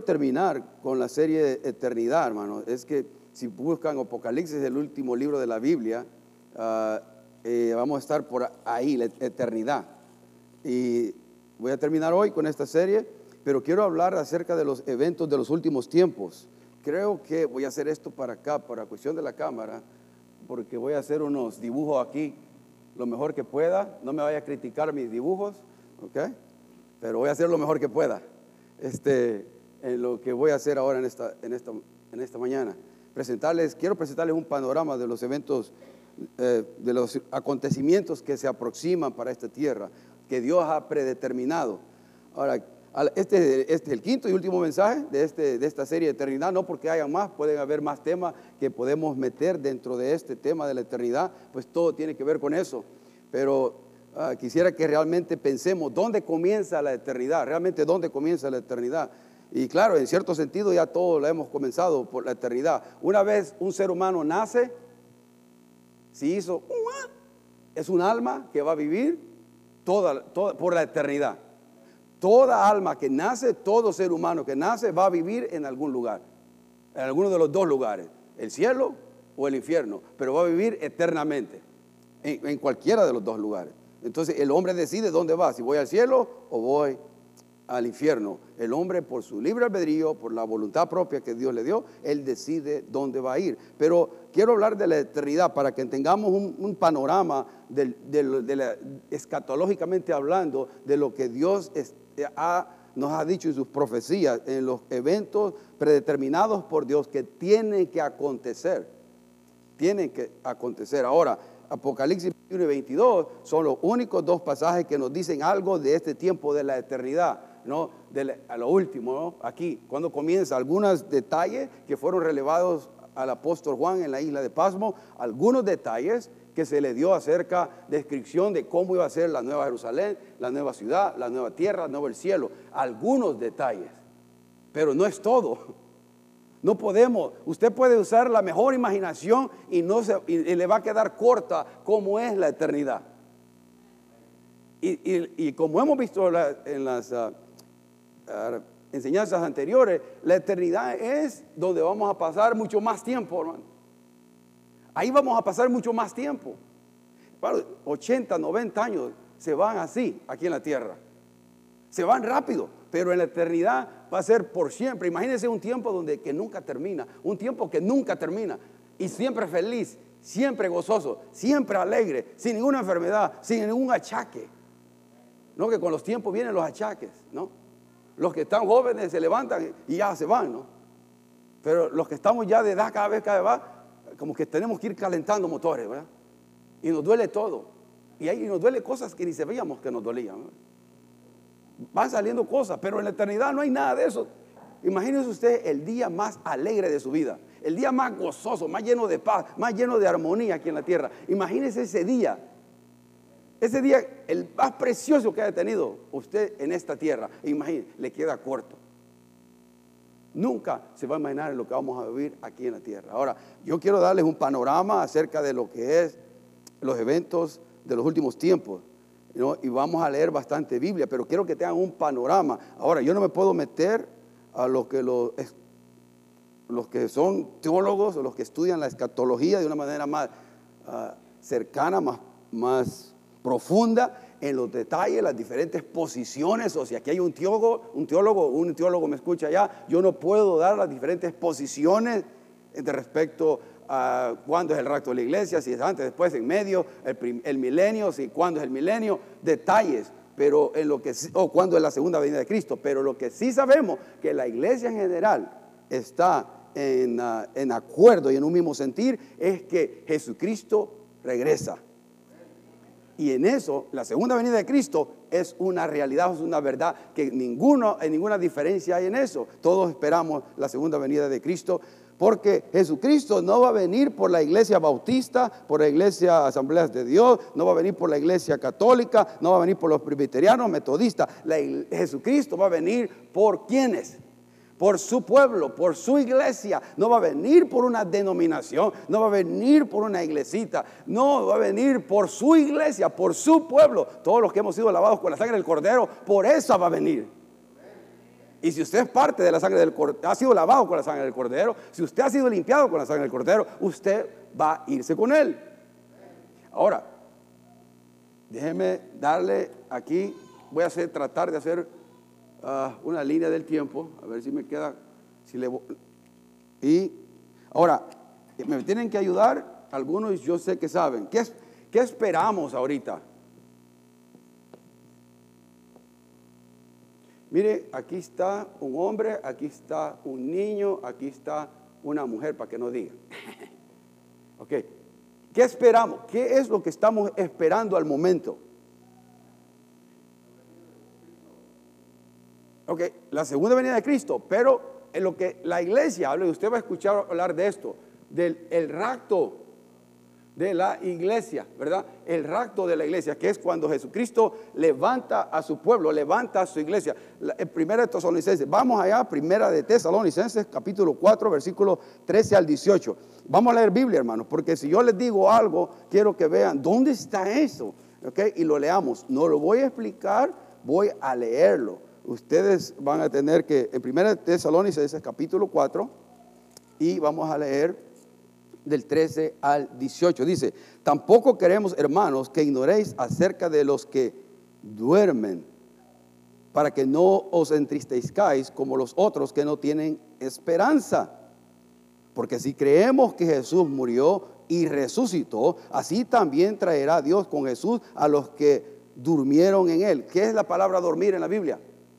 quiero terminar con la serie de Eternidad, hermano. Es que si buscan Apocalipsis, el último libro de la Biblia, vamos a estar por ahí, la eternidad. Y voy a terminar hoy con esta serie, pero quiero hablar acerca de los eventos de los últimos tiempos. Creo que voy a hacer esto para acá, para cuestión de la cámara, porque voy a hacer unos dibujos aquí lo mejor que pueda. No me vaya a criticar mis dibujos, ¿ok? Pero voy a hacer lo mejor que pueda. En lo que voy a hacer ahora en esta mañana. Quiero presentarles un panorama de los eventos, de los acontecimientos que se aproximan para esta tierra, que Dios ha predeterminado. Ahora, este es el quinto y último mensaje de esta serie de eternidad, no porque haya más, pueden haber más temas que podemos meter dentro de este tema de la eternidad, pues todo tiene que ver con eso, pero quisiera que realmente pensemos dónde comienza la eternidad, realmente dónde comienza la eternidad. Y claro, en cierto sentido ya todos lo hemos comenzado por la eternidad. Una vez un ser humano nace, es un alma que va a vivir toda por la eternidad. Toda alma que nace, todo ser humano que nace va a vivir en algún lugar, en alguno de los dos lugares, el cielo o el infierno, pero va a vivir eternamente en cualquiera de los dos lugares. Entonces el hombre decide dónde va, si voy al cielo o voy al infierno. El hombre, por su libre albedrío, por la voluntad propia que Dios le dio, él decide dónde va a ir. Pero quiero hablar de la eternidad para que tengamos un panorama escatológicamente hablando de lo que Dios nos ha dicho en sus profecías, en los eventos predeterminados por Dios que tienen que acontecer. Tienen que acontecer. Ahora, Apocalipsis 21 y 22 son los únicos dos pasajes que nos dicen algo de este tiempo de la eternidad, ¿no? A lo último, ¿no? Aquí, cuando comienza, algunos detalles que fueron relevados al apóstol Juan en la isla de Pasmo, algunos detalles que se le dio acerca de descripción de cómo iba a ser la nueva Jerusalén, la nueva ciudad, la nueva tierra, el nuevo cielo, algunos detalles, pero no es todo. No podemos, usted puede usar la mejor imaginación y le va a quedar corta cómo es la eternidad. Y como hemos visto en las enseñanzas anteriores, la eternidad es donde vamos a pasar mucho más tiempo, hermano. Ahí vamos a pasar mucho más tiempo. 80, 90 años se van así aquí en la tierra. Se van rápido, pero en la eternidad va a ser por siempre. Imagínense un tiempo que nunca termina, un tiempo que nunca termina, y siempre feliz, siempre gozoso, siempre alegre, sin ninguna enfermedad, sin ningún achaque. No, que con los tiempos vienen los achaques, ¿no? Los que están jóvenes se levantan y ya se van, ¿no? Pero los que estamos ya de edad, cada vez va, como que tenemos que ir calentando motores, ¿verdad? Y nos duele todo. Y ahí nos duele cosas que ni sabíamos que nos dolían, ¿no? Van saliendo cosas, pero en la eternidad no hay nada de eso. Imagínese usted el día más alegre de su vida, el día más gozoso, más lleno de paz, más lleno de armonía aquí en la tierra. Imagínese ese día, el más precioso que haya tenido usted en esta tierra. Imagínese, le queda corto. Nunca se va a imaginar lo que vamos a vivir aquí en la tierra. Ahora, yo quiero darles un panorama acerca de lo que es los eventos de los últimos tiempos, ¿no? Y vamos a leer bastante Biblia, pero quiero que tengan un panorama. Ahora, yo no me puedo meter a los que son teólogos o los que estudian la escatología de una manera más cercana, más profunda en los detalles, las diferentes posiciones. O si aquí hay un teólogo me escucha allá, yo no puedo dar las diferentes posiciones de respecto a cuándo es el rapto de la iglesia, si es antes, después, en medio, el milenio, si cuándo es el milenio, detalles, pero o cuándo es la segunda venida de Cristo. Pero lo que sí sabemos, que la iglesia en general está en acuerdo y en un mismo sentir, es que Jesucristo regresa. Y en eso, la segunda venida de Cristo es una realidad, es una verdad que ninguna diferencia hay en eso. Todos esperamos la segunda venida de Cristo, porque Jesucristo no va a venir por la iglesia bautista, por la iglesia Asambleas de Dios, no va a venir por la iglesia católica, no va a venir por los presbiterianos, metodistas. Jesucristo va a venir por ¿quiénes? Por su pueblo, por su iglesia. No va a venir por una denominación, no va a venir por una iglesita, no, va a venir por su iglesia, por su pueblo. Todos los que hemos sido lavados con la sangre del Cordero, por eso va a venir. Y si usted es parte de la sangre del Cordero, ha sido lavado con la sangre del Cordero, si usted ha sido limpiado con la sangre del Cordero, usted va a irse con Él. Ahora, déjeme darle aquí, voy a tratar de hacer una línea del tiempo, a ver si me queda, y ahora, me tienen que ayudar, algunos yo sé que saben, ¿qué esperamos ahorita? Mire, aquí está un hombre, aquí está un niño, aquí está una mujer, para que no digan. Ok, ¿qué esperamos? ¿Qué es lo que estamos esperando al momento? Ok, la segunda venida de Cristo, pero en lo que la iglesia habla, y usted va a escuchar hablar de esto, del rapto de la iglesia, ¿verdad? El rapto de la iglesia, que es cuando Jesucristo levanta a su pueblo, levanta a su iglesia. En Primera de Tesalonicenses, vamos allá, Primera de Tesalonicenses, capítulo 4, versículos 13 al 18. Vamos a leer Biblia, hermanos, porque si yo les digo algo, quiero que vean, ¿dónde está eso? ¿Ok? Y lo leamos. No lo voy a explicar, voy a leerlo. Ustedes van a tener que, en Primera de Tesalonicenses, capítulo 4, y vamos a leer del 13 al 18, dice: tampoco queremos, hermanos, que ignoréis acerca de los que duermen, para que no os entristezcáis como los otros que no tienen esperanza. Porque si creemos que Jesús murió y resucitó, así también traerá Dios con Jesús a los que durmieron en él. ¿Qué es la palabra dormir en la Biblia?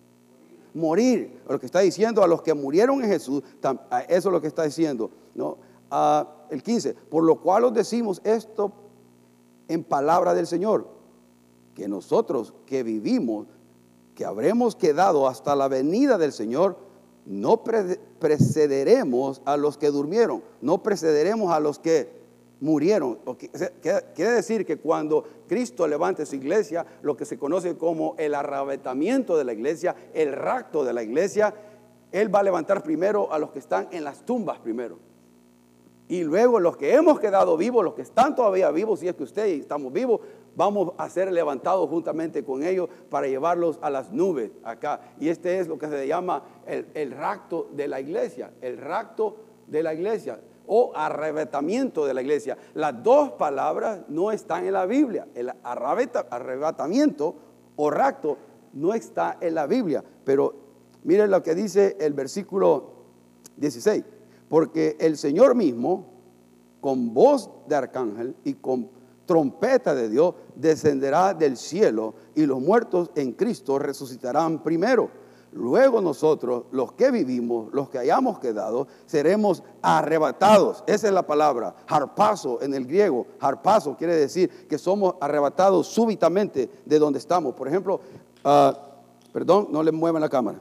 Morir. Lo que está diciendo, a los que murieron en Jesús, eso es lo que está diciendo, ¿no? El 15, por lo cual os decimos esto en palabra del Señor, que nosotros que vivimos, que habremos quedado hasta la venida del Señor, no precederemos a los que durmieron, no precederemos a los que murieron. Quiere decir que cuando Cristo levante su iglesia, lo que se conoce como el arrebatamiento de la iglesia, el rapto de la iglesia, Él va a levantar primero a los que están en las tumbas primero. Y luego los que hemos quedado vivos, los que están todavía vivos, si es que usted y estamos vivos, vamos a ser levantados juntamente con ellos para llevarlos a las nubes acá. Y este es lo que se llama el rapto de la iglesia, el rapto de la iglesia o arrebatamiento de la iglesia. Las dos palabras no están en la Biblia. El arrebatamiento o rapto no está en la Biblia. Pero miren lo que dice el versículo 16. Porque el Señor mismo, con voz de arcángel y con trompeta de Dios, descenderá del cielo, y los muertos en Cristo resucitarán primero. Luego nosotros, los que vivimos, los que hayamos quedado, seremos arrebatados. Esa es la palabra, harpazo en el griego. Harpazo quiere decir que somos arrebatados súbitamente de donde estamos. Por ejemplo, perdón, no le muevan la cámara.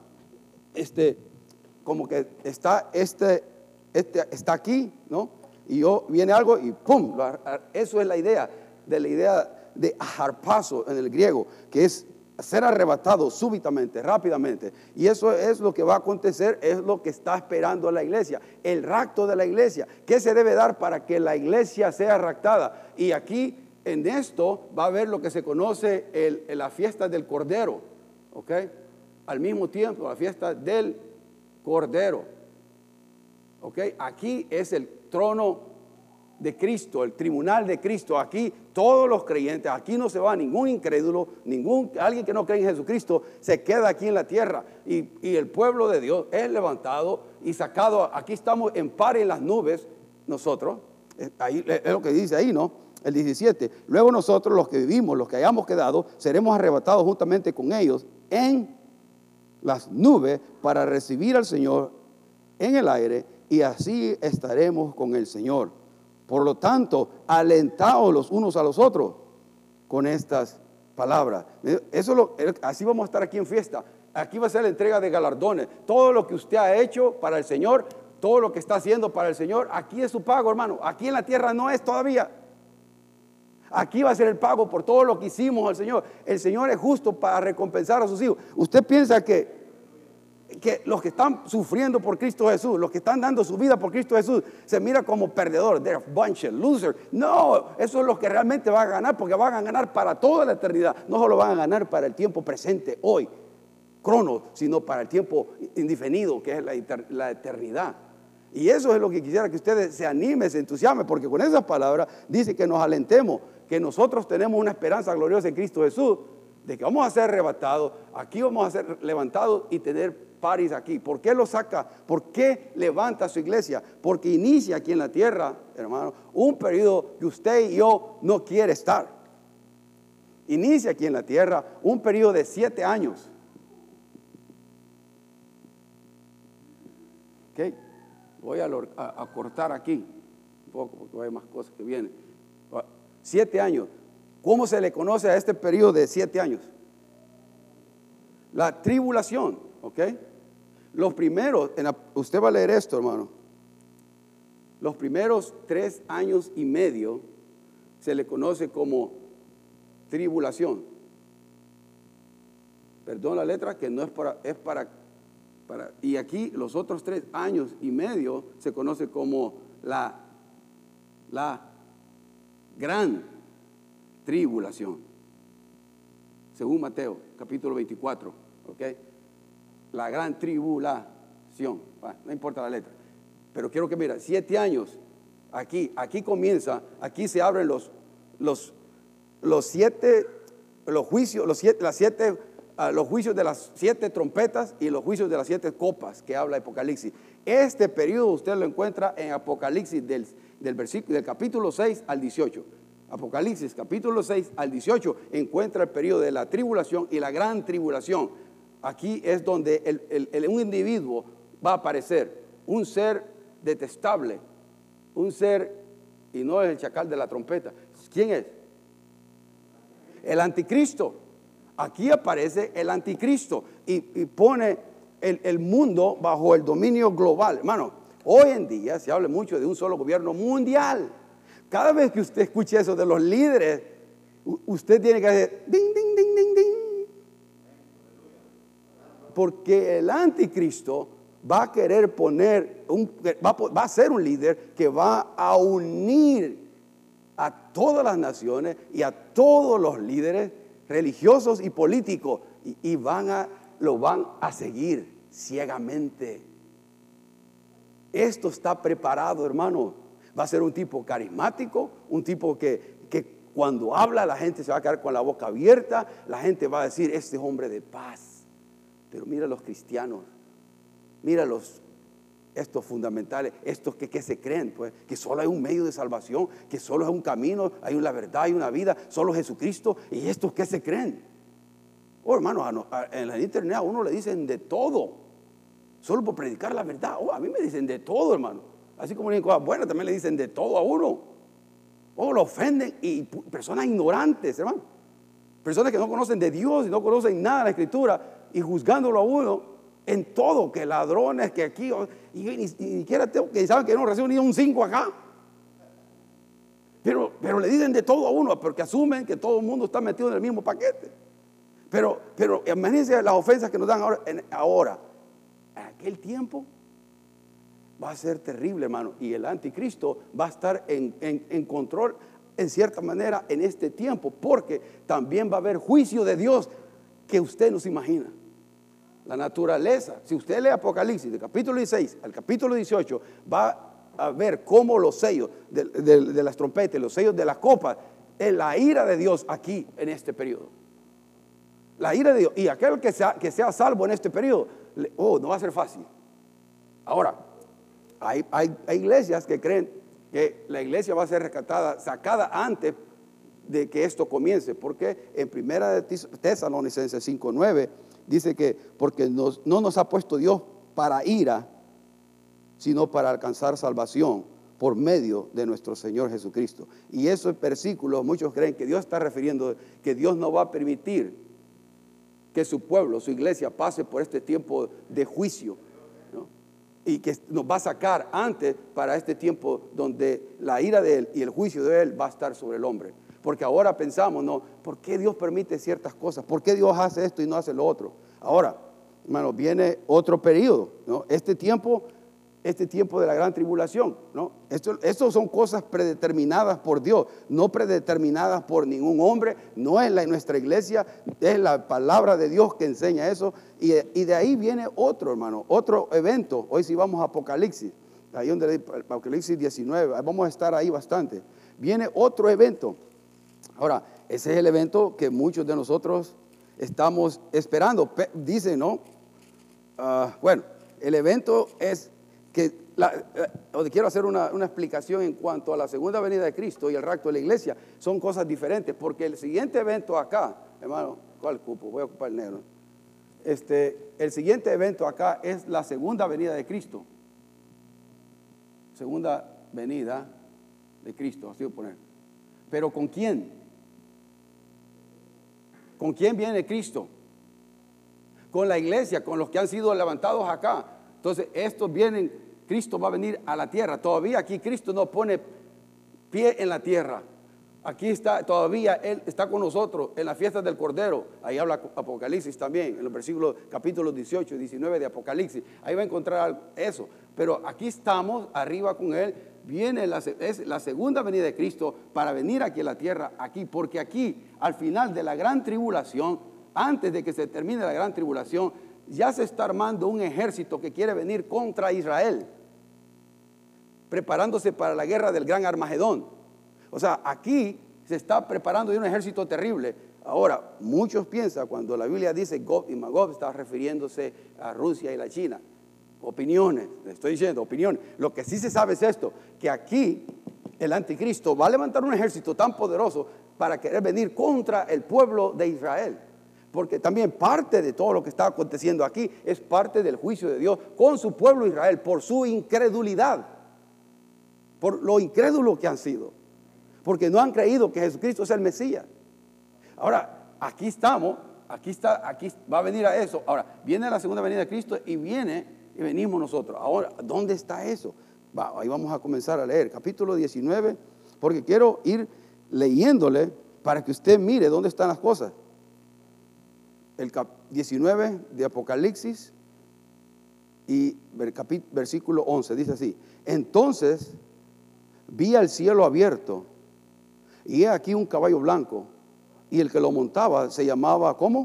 Como que está está aquí, ¿no? Y viene algo y ¡pum! Eso es la idea de harpazo en el griego, que es ser arrebatado súbitamente, rápidamente. Y eso es lo que va a acontecer, es lo que está esperando la iglesia, el rapto de la iglesia. ¿Qué se debe dar para que la iglesia sea raptada? Y aquí en esto va a haber lo que se conoce la fiesta del Cordero, ¿ok? Al mismo tiempo, la fiesta del Cordero. Okay. Aquí es el trono de Cristo, el tribunal de Cristo. Aquí todos los creyentes, aquí no se va ningún incrédulo, alguien que no cree en Jesucristo, se queda aquí en la tierra. Y el pueblo de Dios es levantado y sacado. Aquí estamos en par en las nubes, nosotros. Ahí es lo que dice ahí, ¿no? El 17. Luego nosotros, los que vivimos, los que hayamos quedado, seremos arrebatados juntamente con ellos en las nubes para recibir al Señor en el aire, y así estaremos con el Señor. Por lo tanto, alentaos los unos a los otros con estas palabras. Así vamos a estar aquí en fiesta. Aquí va a ser la entrega de galardones. Todo lo que usted ha hecho para el Señor, todo lo que está haciendo para el Señor, aquí es su pago, hermano. Aquí en la tierra no es todavía. Aquí va a ser el pago por todo lo que hicimos al Señor. El Señor es justo para recompensar a sus hijos. Usted piensa que los que están sufriendo por Cristo Jesús, los que están dando su vida por Cristo Jesús, se mira como perdedores, they're a bunch of losers. No, eso es lo que realmente van a ganar, porque van a ganar para toda la eternidad, no solo van a ganar para el tiempo presente hoy. cronos, sino para el tiempo indefinido, que es la eternidad. Y eso es lo que quisiera que ustedes se animen, se entusiasmen, porque con esas palabras dice que nos alentemos, que nosotros tenemos una esperanza gloriosa en Cristo Jesús, de que vamos a ser arrebatados, aquí vamos a ser levantados y tener paris aquí. ¿Por qué lo saca? ¿Por qué levanta su iglesia? Porque inicia aquí en la tierra, hermano, un periodo que usted y yo no quiere estar. Inicia aquí en la tierra un periodo de 7 años. ¿Ok? Voy a cortar aquí un poco porque hay más cosas que vienen. 7 años. ¿Cómo se le conoce a este periodo de 7 años? La tribulación, ¿ok? Los primeros, usted va a leer esto, hermano. Los primeros 3 años y medio se le conoce como tribulación. Perdón la letra, que no es para. Y aquí los otros 3 años y medio se conoce como la gran tribulación, según Mateo capítulo 24, ¿ok? La gran tribulación, no importa la letra, pero quiero que mira, 7 años, aquí comienza, aquí se abren los juicios, los juicios de las 7 trompetas y los juicios de las 7 copas que habla Apocalipsis. Este periodo usted lo encuentra en Apocalipsis del capítulo 6 al 18. Apocalipsis capítulo 6 al 18 encuentra el periodo de la tribulación y la gran tribulación. Aquí es donde un individuo va a aparecer, un ser detestable, un ser, y no es el chacal de la trompeta. ¿Quién es? El anticristo. Aquí aparece el anticristo y pone el mundo bajo el dominio global. Hermano, hoy en día se habla mucho de un solo gobierno mundial. Cada vez que usted escuche eso de los líderes, usted tiene que decir ding, ding, ding, ding, ding. Porque el anticristo va a querer va a ser un líder que va a unir a todas las naciones y a todos los líderes religiosos y políticos y lo van a seguir ciegamente. Esto está preparado, hermano. Va a ser un tipo carismático, un tipo que cuando habla la gente se va a quedar con la boca abierta, la gente va a decir, este es hombre de paz. Pero mira los cristianos, mira estos fundamentales, estos que se creen, pues, que solo hay un medio de salvación, que solo es un camino, hay una verdad, hay una vida, solo Jesucristo, y estos que se creen. Oh, hermano, en la internet a uno le dicen de todo, solo por predicar la verdad. Oh, a mí me dicen de todo, hermano. Así como le dicen cosas buenas, también le dicen de todo a uno. Oh, lo ofenden, y personas ignorantes, hermano. Personas que no conocen de Dios y no conocen nada de la Escritura, y juzgándolo a uno en todo, que ladrones, que aquí, y ni siquiera que saben que no reciben ni un 5 acá. Pero le dicen de todo a uno, porque asumen que todo el mundo está metido en el mismo paquete. Pero imagínense las ofensas que nos dan ahora. En aquel tiempo va a ser terrible, hermano, y el anticristo va a estar en control en cierta manera en este tiempo, porque también va a haber juicio de Dios que usted no se imagina. La naturaleza, si usted lee Apocalipsis del capítulo 16 al capítulo 18, va a ver cómo los sellos de las trompetas, los sellos de las copas, es la ira de Dios aquí en este periodo. La ira de Dios, y aquel que sea salvo en este periodo, no va a ser fácil. Ahora, hay iglesias que creen que la iglesia va a ser rescatada, sacada antes de que esto comience, porque en primera de Tesalonicenses 5:9 dice que porque no nos ha puesto Dios para ira, sino para alcanzar salvación por medio de nuestro Señor Jesucristo. Y esos versículos, muchos creen que Dios está refiriendo que Dios no va a permitir que su pueblo, su iglesia pase por este tiempo de juicio, ¿no? Y que nos va a sacar antes para este tiempo donde la ira de Él y el juicio de Él va a estar sobre el hombre. Porque ahora pensamos, ¿no? ¿Por qué Dios permite ciertas cosas? ¿Por qué Dios hace esto y no hace lo otro? Ahora, hermano, viene otro periodo, ¿no? Este tiempo este tiempo de la gran tribulación, ¿no? Esto son cosas predeterminadas por Dios, no predeterminadas por ningún hombre, no es nuestra iglesia, es la palabra de Dios que enseña eso. Y de ahí viene otro, hermano, otro evento. Hoy sí vamos a Apocalipsis, ahí donde Apocalipsis 19, vamos a estar ahí bastante. Viene otro evento. Ahora, ese es el evento que muchos de nosotros estamos esperando. Dice, ¿no? Bueno, el evento es que quiero hacer una explicación en cuanto a la segunda venida de Cristo y el rapto de la iglesia. Son cosas diferentes, porque el siguiente evento acá, hermano, ¿cuál cupo? Voy a ocupar el negro. El siguiente evento acá es la segunda venida de Cristo. Segunda venida de Cristo, así voy a poner. Pero ¿con quién? ¿Con quién viene Cristo? Con la iglesia, con los que han sido levantados acá. Entonces, estos vienen, Cristo va a venir a la tierra. Todavía aquí Cristo no pone pie en la tierra. Aquí está, todavía Él está con nosotros en las fiestas del Cordero. Ahí habla Apocalipsis también, en los versículos, capítulos 18 y 19 de Apocalipsis. Ahí va a encontrar eso. Pero aquí estamos, arriba con Él. Viene es la segunda venida de Cristo para venir aquí a la tierra, aquí. Porque aquí, al final de la gran tribulación, antes de que se termine la gran tribulación, ya se está armando un ejército que quiere venir contra Israel, preparándose para la guerra del gran Armagedón. O sea, aquí se está preparando un ejército terrible. Ahora, muchos piensan, cuando la Biblia dice Gog y Magog, está refiriéndose a Rusia y la China. Opiniones, le estoy diciendo, opiniones. Lo que sí se sabe es esto, que aquí el anticristo va a levantar un ejército tan poderoso para querer venir contra el pueblo de Israel. Porque también parte de todo lo que está aconteciendo aquí es parte del juicio de Dios con su pueblo Israel por su incredulidad, por lo incrédulo que han sido, porque no han creído que Jesucristo es el Mesías. Ahora, aquí estamos, aquí va a venir a eso. Ahora, viene la segunda venida de Cristo y venimos nosotros. Ahora, ¿dónde está eso? Ahí vamos a comenzar a leer, capítulo 19, porque quiero ir leyéndole para que usted mire dónde están las cosas. El 19 de Apocalipsis y versículo 11 dice así: entonces vi al cielo abierto y he aquí un caballo blanco, y el que lo montaba se llamaba, ¿cómo?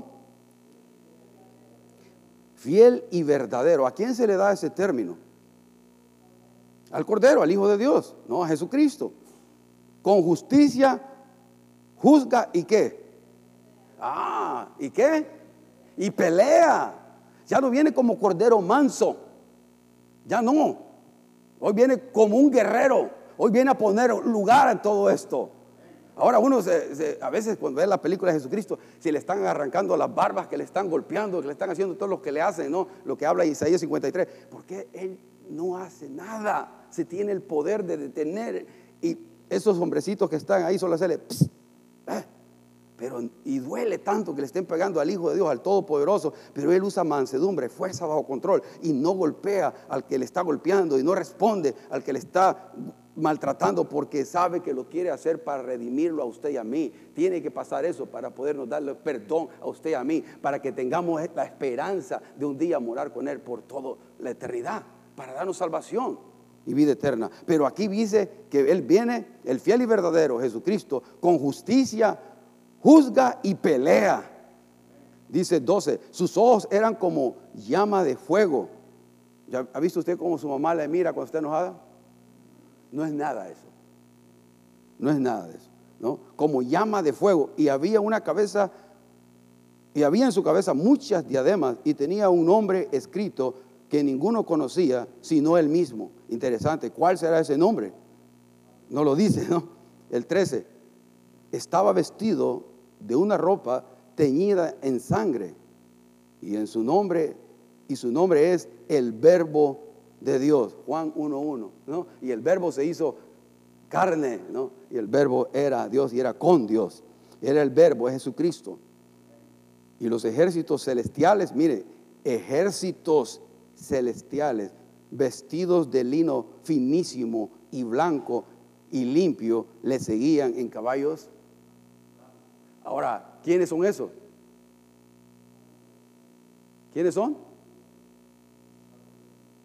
Fiel y verdadero. ¿A quién se le da ese término? Al Cordero, al Hijo de Dios, no, a Jesucristo. Con justicia juzga y ¿qué? ¿Y qué? Y pelea. Ya no viene como cordero manso. Ya no. Hoy viene como un guerrero. Hoy viene a poner lugar en todo esto. Ahora uno a veces cuando ve la película de Jesucristo, si le están arrancando las barbas, que le están golpeando, que le están haciendo todo lo que le hacen, ¿no? Lo que habla Isaías 53. Porque Él no hace nada. Se tiene el poder de detener. Y esos hombrecitos que están ahí solo hacerle y duele tanto que le estén pegando al Hijo de Dios, al Todopoderoso, pero Él usa mansedumbre, fuerza bajo control, y no golpea al que le está golpeando, y no responde al que le está maltratando, porque sabe que lo quiere hacer para redimirlo a usted y a mí. Tiene que pasar eso para podernos darle perdón a usted y a mí, para que tengamos la esperanza de un día morar con Él por toda la eternidad, para darnos salvación y vida eterna. Pero aquí dice que Él viene, el fiel y verdadero Jesucristo, con justicia juzga y pelea. Dice 12, sus ojos eran como llama de fuego. ¿Ya ha visto usted cómo su mamá le mira cuando está enojada? No es nada eso. No es nada de eso, ¿no? Como llama de fuego. Y había una cabeza, y había en su cabeza muchas diademas, y tenía un nombre escrito que ninguno conocía sino él mismo. Interesante. ¿Cuál será ese nombre? No lo dice, ¿no? El 13. Estaba vestido de una ropa teñida en sangre, y su nombre es el Verbo de Dios. Juan 1:1, ¿no? Y el Verbo se hizo carne, ¿no? Y el Verbo era Dios y era con Dios. Era el Verbo, es Jesucristo. Y los ejércitos celestiales, mire, ejércitos celestiales vestidos de lino finísimo y blanco y limpio, le seguían en caballos. Ahora, ¿quiénes son esos? ¿Quiénes son?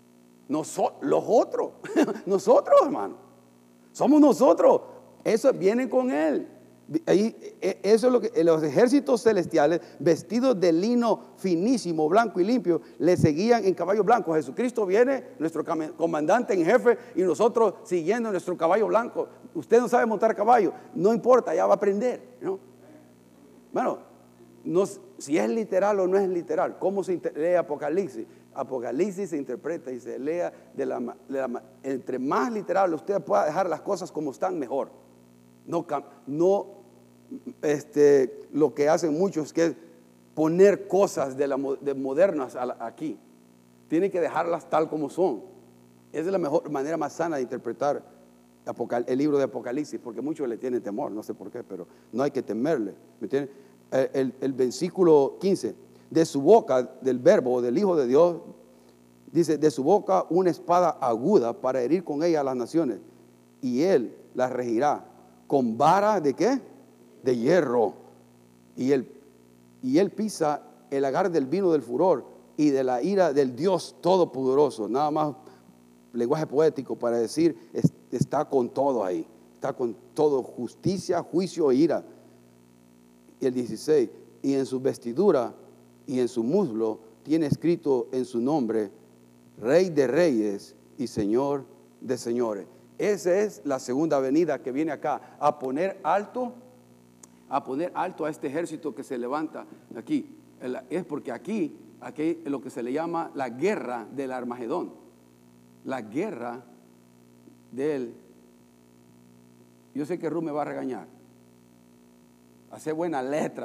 Los otros, nosotros, hermano, somos nosotros. Eso viene con Él. Eso es lo que los ejércitos celestiales, vestidos de lino finísimo, blanco y limpio, le seguían en caballo blanco. Jesucristo viene, nuestro comandante en jefe, y nosotros siguiendo nuestro caballo blanco. Usted no sabe montar caballo, no importa, ya va a aprender, ¿no? Bueno, si es literal o no es literal. ¿Cómo se lee Apocalipsis? Apocalipsis se interpreta y se lea entre más literal usted pueda dejar las cosas como están, mejor. No lo que hacen muchos, que es poner cosas de modernas aquí. Tiene que dejarlas tal como son. Esa es la mejor manera, más sana de interpretar el libro de Apocalipsis, porque muchos le tienen temor, no sé por qué, pero no hay que temerle. ¿Me entienden? El versículo 15, de su boca, del verbo, del Hijo de Dios, dice, de su boca una espada aguda para herir con ella a las naciones, y Él las regirá con vara ¿de qué? De hierro. Y él pisa el lagar del vino del furor y de la ira del Dios Todopoderoso. Nada más lenguaje poético para decir, está con todo ahí. Está con todo, justicia, juicio e ira. Y el 16, y en su vestidura y en su muslo tiene escrito en su nombre, Rey de Reyes y Señor de Señores. Esa es la segunda venida que viene acá, a poner alto a este ejército que se levanta aquí. Es porque aquí es lo que se le llama la guerra del Armagedón. La guerra del... Yo sé que Ru me va a regañar. Hace buena letra,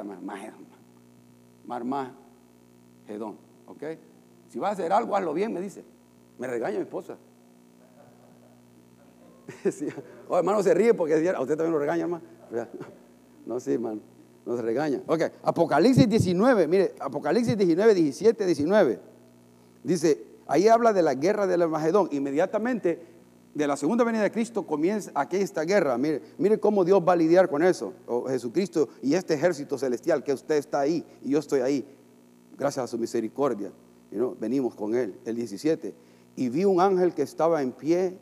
Marmagedón, ¿ok? Si va a hacer algo, hazlo bien, me dice. Me regaña mi esposa. Sí. Oh, hermano, se ríe porque a usted también lo regaña, hermano. No, sí, hermano, no se regaña. Ok, Apocalipsis 19, mire, Apocalipsis 19, 17, 19. Dice, ahí habla de la guerra del Armagedón. Inmediatamente de la segunda venida de Cristo comienza aquí esta guerra. Mire cómo Dios va a lidiar con eso. Jesucristo y este ejército celestial, que usted está ahí y yo estoy ahí, gracias a su misericordia, venimos con Él. El 17, y vi un ángel que estaba en pie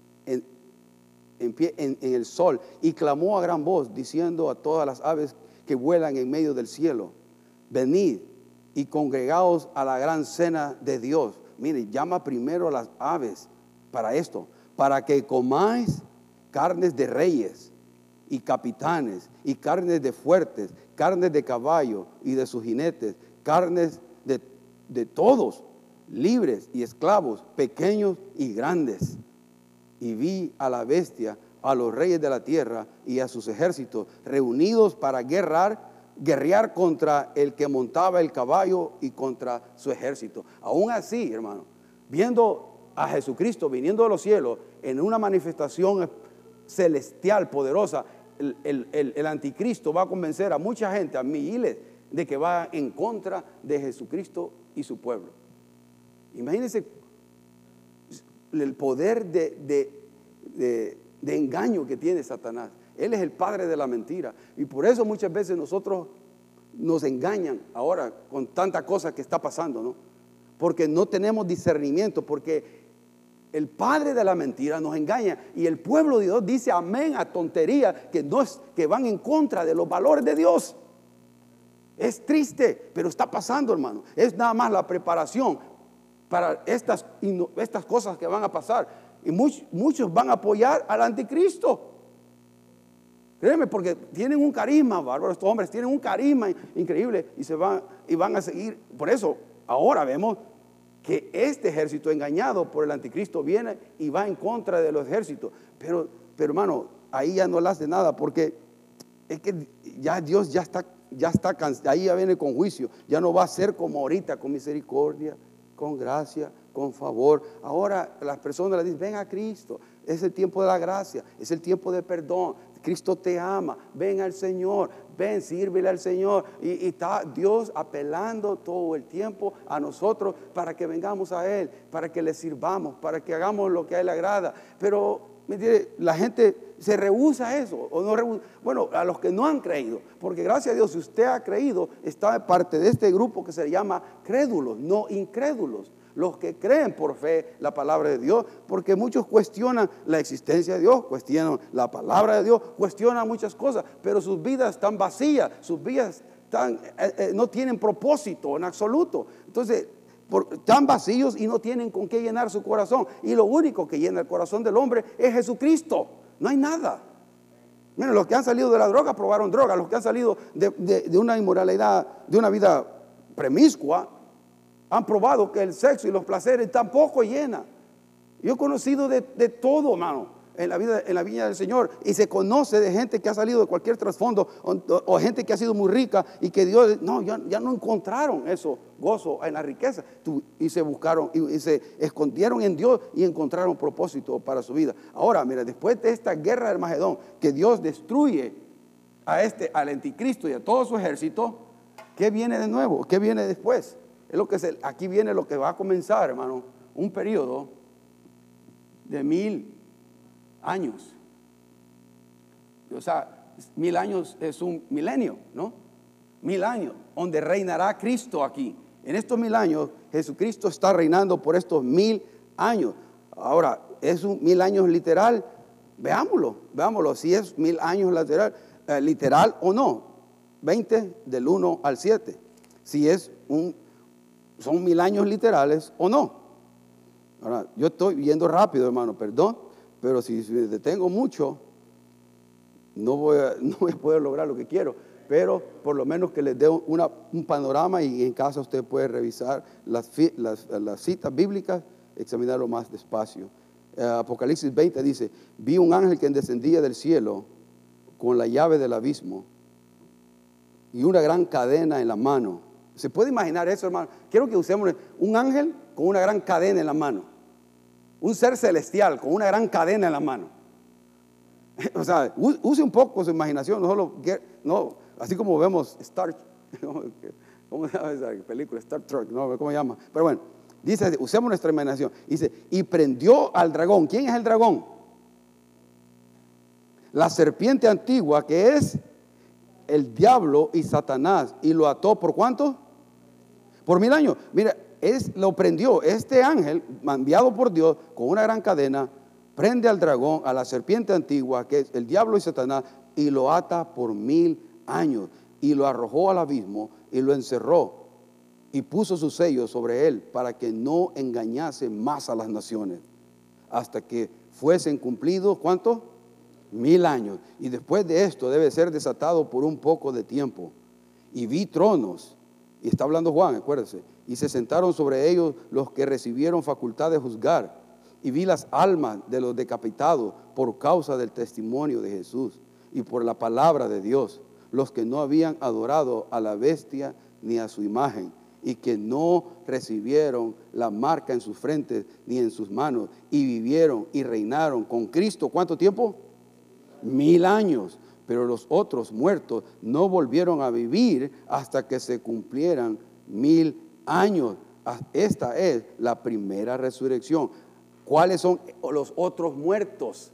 en el sol, y clamó a gran voz, diciendo a todas las aves que vuelan en medio del cielo, venid y congregaos a la gran cena de Dios. Mire, llama primero a las aves para esto, para que comáis carnes de reyes y capitanes, y carnes de fuertes, carnes de caballo y de sus jinetes, carnes de todos, libres y esclavos, pequeños y grandes. Y vi a la bestia, a los reyes de la tierra y a sus ejércitos reunidos para guerrear contra el que montaba el caballo y contra su ejército. Aún así, hermano, viendo a Jesucristo viniendo de los cielos en una manifestación celestial poderosa, el anticristo va a convencer a mucha gente, a miles, de que va en contra de Jesucristo y su pueblo. Imagínense el poder de engaño que tiene Satanás. Él es el padre de la mentira, y por eso muchas veces nosotros nos engañan ahora con tanta cosa que está pasando, ¿no? Porque no tenemos discernimiento, porque el padre de la mentira nos engaña, y el pueblo de Dios dice amén a tonterías que van en contra de los valores de Dios. Es triste, pero está pasando, hermano. Es nada más la preparación para estas cosas que van a pasar. Y muchos van a apoyar al anticristo. Créeme, porque tienen un carisma bárbaro. Estos hombres tienen un carisma increíble y van a seguir. Por eso ahora vemos que este ejército engañado por el anticristo viene y va en contra de los ejércitos. Pero hermano, ahí ya no le hace nada, porque es que ya Dios ya está cansado. Ahí ya viene con juicio. Ya no va a ser como ahorita, con misericordia, con gracia, con favor. Ahora las personas le dicen, ven a Cristo, es el tiempo de la gracia, es el tiempo de perdón, Cristo te ama, ven al Señor, ven, sírvele al Señor. Y está Dios apelando todo el tiempo a nosotros para que vengamos a Él, para que le sirvamos, para que hagamos lo que a Él le agrada. Pero la gente se rehúsa a eso, o no rehúsa. Bueno, a los que no han creído, porque gracias a Dios, si usted ha creído, está parte de este grupo que se llama crédulos, no incrédulos. los que creen por fe la palabra de Dios, porque muchos cuestionan la existencia de Dios, cuestionan la palabra de Dios, cuestionan muchas cosas, pero sus vidas están vacías, sus vidas no tienen propósito en absoluto. Entonces, están vacíos y no tienen con qué llenar su corazón. Y lo único que llena el corazón del hombre es Jesucristo. No hay nada. Miren, los que han salido de la droga probaron droga. Los que han salido de una inmoralidad, de una vida promiscua, han probado que el sexo y los placeres tampoco llenan. Yo he conocido de todo, hermano, en la viña del Señor, y se conoce de gente que ha salido de cualquier trasfondo o gente que ha sido muy rica y que Dios, ya no encontraron eso, gozo en la riqueza, y se buscaron y se escondieron en Dios y encontraron propósito para su vida. Ahora, mira, después de esta guerra de Armagedón, que Dios destruye al anticristo y a todo su ejército, ¿qué viene de nuevo? ¿Qué viene después? Aquí viene lo que va a comenzar, hermano, un periodo de 1000 años. O sea, 1000 años es un milenio, ¿no? 1000 años, donde reinará Cristo aquí. En estos 1000 años, Jesucristo está reinando por estos 1000 años. Ahora, ¿es un 1000 años literal? Veámoslo, si es 1000 años literal o no. 20 del 1 al 7. Si son 1000 años literales o no. Ahora, yo estoy yendo rápido, hermano, perdón, pero si me detengo mucho, no voy a poder lograr lo que quiero. Pero por lo menos que les dé un panorama, y en casa usted puede revisar las citas bíblicas, examinarlo más despacio. Apocalipsis 20 dice: vi un ángel que descendía del cielo con la llave del abismo y una gran cadena en la mano. ¿Se puede imaginar eso, hermano? Quiero que usemos un ángel con una gran cadena en la mano. Un ser celestial con una gran cadena en la mano. O sea, use un poco su imaginación, así como vemos ¿cómo se llama esa película? Star Trek, ¿no? ¿Cómo se llama? Pero bueno, dice, usemos nuestra imaginación. Dice, y prendió al dragón. ¿Quién es el dragón? La serpiente antigua, que es el diablo y Satanás, y lo ató ¿por cuánto? Por 1000 años. Mira, lo prendió. Este ángel, enviado por Dios con una gran cadena, prende al dragón, a la serpiente antigua, que es el diablo y Satanás, y lo ata por 1000 años, y lo arrojó al abismo y lo encerró, y puso su sello sobre él para que no engañase más a las naciones, hasta que fuesen cumplidos ¿cuánto? 1000 años. Y después de esto debe ser desatado por un poco de tiempo. Y vi tronos, y está hablando Juan, acuérdense, y se sentaron sobre ellos los que recibieron facultad de juzgar. Y vi las almas de los decapitados por causa del testimonio de Jesús y por la palabra de Dios, los que no habían adorado a la bestia ni a su imagen, y que no recibieron la marca en sus frentes ni en sus manos, y vivieron y reinaron con Cristo. ¿Cuánto tiempo? 1000 años. Pero los otros muertos no volvieron a vivir hasta que se cumplieran 1000 años. Esta es la primera resurrección. ¿Cuáles son los otros muertos?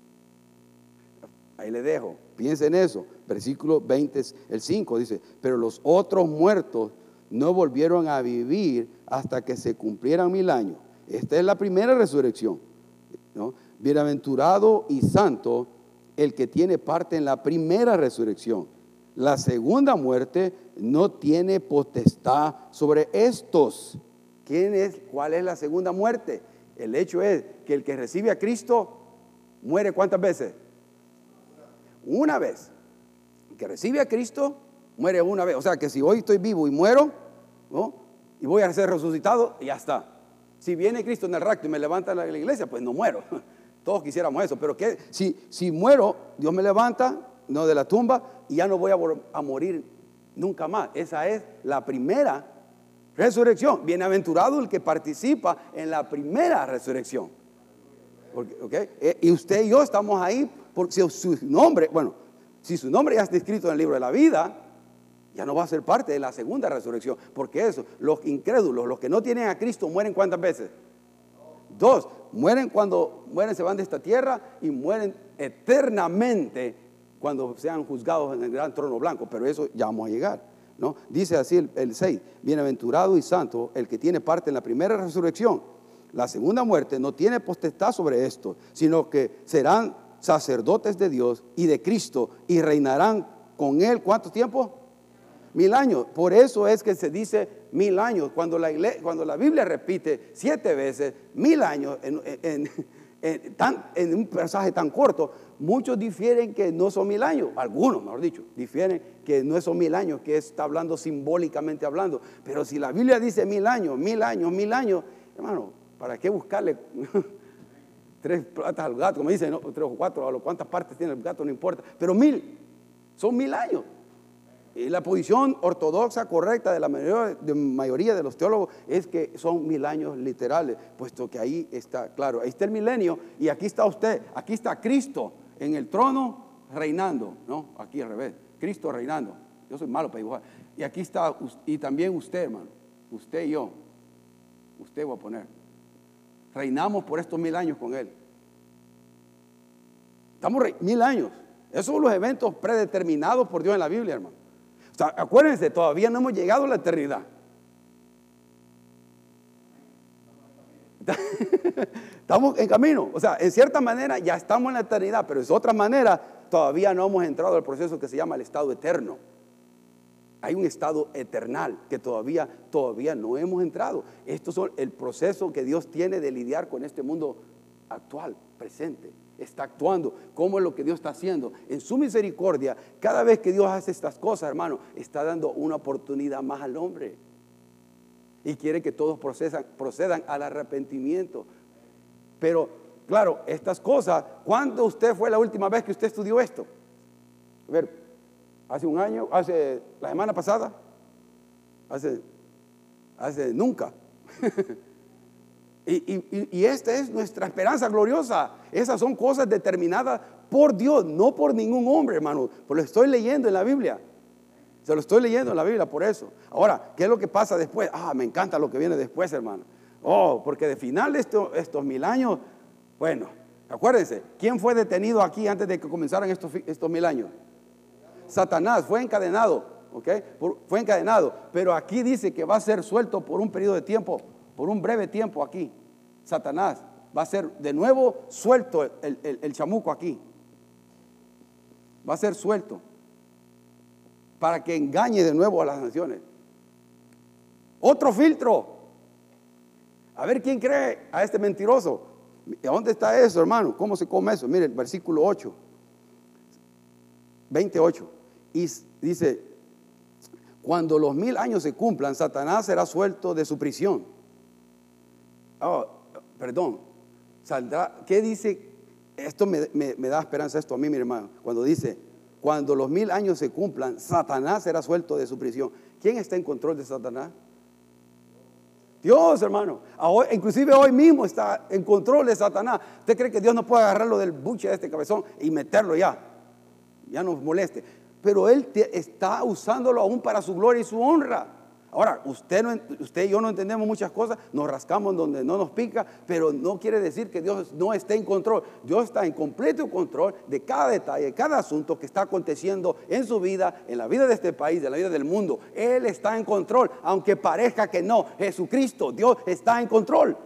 Ahí le dejo, piensen en eso. Versículo 20, el 5 dice: pero los otros muertos no volvieron a vivir hasta que se cumplieran 1000 años. Esta es la primera resurrección, ¿no? Bienaventurado y santo el que tiene parte en la primera resurrección. La segunda muerte no tiene potestad sobre estos. ¿Cuál es la segunda muerte? El hecho es que el que recibe a Cristo muere ¿cuántas veces? Una vez. El que recibe a Cristo muere una vez. O sea que si hoy estoy vivo y muero, ¿no? Y voy a ser resucitado, ya está. Si viene Cristo en el rapto y me levanta la iglesia, pues no muero. Todos quisiéramos eso, pero que si muero, Dios me levanta, no de la tumba, y ya no voy a morir nunca más. Esa es la primera resurrección. Bienaventurado el que participa en la primera resurrección. ¿Okay? Y usted y yo estamos ahí porque si su nombre ya está escrito en el libro de la vida, ya no va a ser parte de la segunda resurrección. Porque eso, los incrédulos, los que no tienen a Cristo, mueren ¿cuántas veces? 2. Mueren cuando se van de esta tierra, y mueren eternamente cuando sean juzgados en el gran trono blanco. Pero eso ya vamos a llegar. ¿no? Dice así el 6, bienaventurado y santo el que tiene parte en la primera resurrección. La segunda muerte no tiene potestad sobre esto, sino que serán sacerdotes de Dios y de Cristo y reinarán con él. ¿Cuánto tiempo? 1000 años. Por eso es que se dice 1000 años. Cuando la Biblia repite 7 veces 1000 años en un pasaje tan corto, muchos difieren que no son 1000 años. Algunos, mejor dicho, difieren que no son 1000 años, que está hablando simbólicamente hablando. Pero si la Biblia dice 1000 años, 1000 años, 1000 años, hermano, ¿para qué buscarle 3 patas al gato? Como dicen, ¿no? 3 o 4, a cuántas partes tiene el gato, no importa. Pero 1000, son 1000 años. Y la posición ortodoxa correcta de la mayoría de los teólogos es que son 1000 años literales, puesto que ahí está, claro, ahí está el milenio y aquí está usted, aquí está Cristo en el trono reinando, ¿no? Aquí al revés, Cristo reinando. Yo soy malo para dibujar. Y aquí está, y también usted, hermano, usted y yo, usted voy a poner. Reinamos por estos 1000 años con Él. Estamos 1000 años. Esos son los eventos predeterminados por Dios en la Biblia, hermano. O sea, acuérdense, todavía no hemos llegado a la eternidad. Estamos en camino. O sea, en cierta manera ya estamos en la eternidad, pero de otra manera todavía no hemos entrado al proceso que se llama el estado eterno. Hay un estado eternal que todavía no hemos entrado. Esto es el proceso que Dios tiene de lidiar con este mundo actual, presente. Está actuando, cómo es lo que Dios está haciendo en su misericordia. Cada vez que Dios hace estas cosas, hermano, está dando una oportunidad más al hombre y quiere que todos procedan al arrepentimiento. Pero claro, estas cosas, ¿cuándo usted fue la última vez que usted estudió esto? A ver, hace un año, hace la semana pasada, hace nunca. Y esta es nuestra esperanza gloriosa. Esas son cosas determinadas por Dios, no por ningún hombre, hermano. Pues lo estoy leyendo en la Biblia. Se lo estoy leyendo en la Biblia por eso. Ahora, ¿qué es lo que pasa después? Me encanta lo que viene después, hermano. Porque de final de estos 1000 años, bueno, acuérdense, ¿quién fue detenido aquí antes de que comenzaran estos 1000 años? Satanás fue encadenado, ¿ok? Fue encadenado, pero aquí dice que va a ser suelto por un periodo de tiempo. Por un breve tiempo aquí, Satanás va a ser de nuevo suelto el chamuco aquí. Va a ser suelto para que engañe de nuevo a las naciones. Otro filtro. A ver quién cree a este mentiroso. ¿Dónde está eso, hermano? ¿Cómo se come eso? Mire, el versículo 8, 28. Y dice, cuando los 1000 años se cumplan, Satanás será suelto de su prisión. Saldrá. ¿Qué dice? Esto me da esperanza esto a mí, mi hermano. Cuando dice, cuando los 1000 años se cumplan, Satanás será suelto de su prisión. ¿Quién está en control de Satanás? Dios, hermano. Inclusive hoy mismo está en control de Satanás. ¿Usted cree que Dios no puede agarrarlo del buche de este cabezón y meterlo ya? Ya nos moleste. Pero Él está usándolo aún para su gloria y su honra. Ahora, usted y yo no entendemos muchas cosas, nos rascamos donde no nos pica, pero no quiere decir que Dios no esté en control. Dios está en completo control de cada detalle, cada asunto que está aconteciendo en su vida, en la vida de este país, en la vida del mundo. Él está en control, aunque parezca que no. Jesucristo, Dios está en control.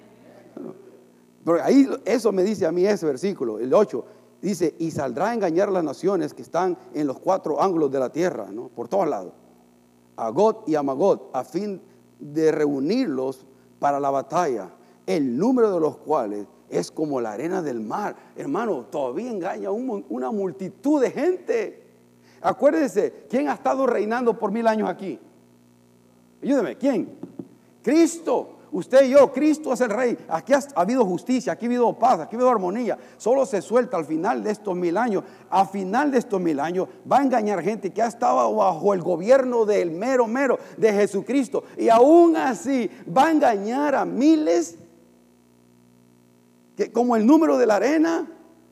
Pero ahí eso me dice a mí ese versículo, el 8. Dice, y saldrá a engañar a las naciones que están en los 4 ángulos de la tierra, ¿no? Por todos lados. A Gog y a Magog, a fin de reunirlos para la batalla, el número de los cuales es como la arena del mar. Hermano, todavía engaña una multitud de gente. Acuérdense, ¿quién ha estado reinando por 1000 años aquí? Ayúdeme, ¿quién? Cristo. Usted y yo, Cristo es el Rey. Aquí ha habido justicia, aquí ha habido paz, aquí ha habido armonía. Solo se suelta al final de estos 1000 años. A final de estos 1000 años va a engañar gente que ha estado bajo el gobierno del mero de Jesucristo. Y aún así va a engañar a miles que como el número de la arena.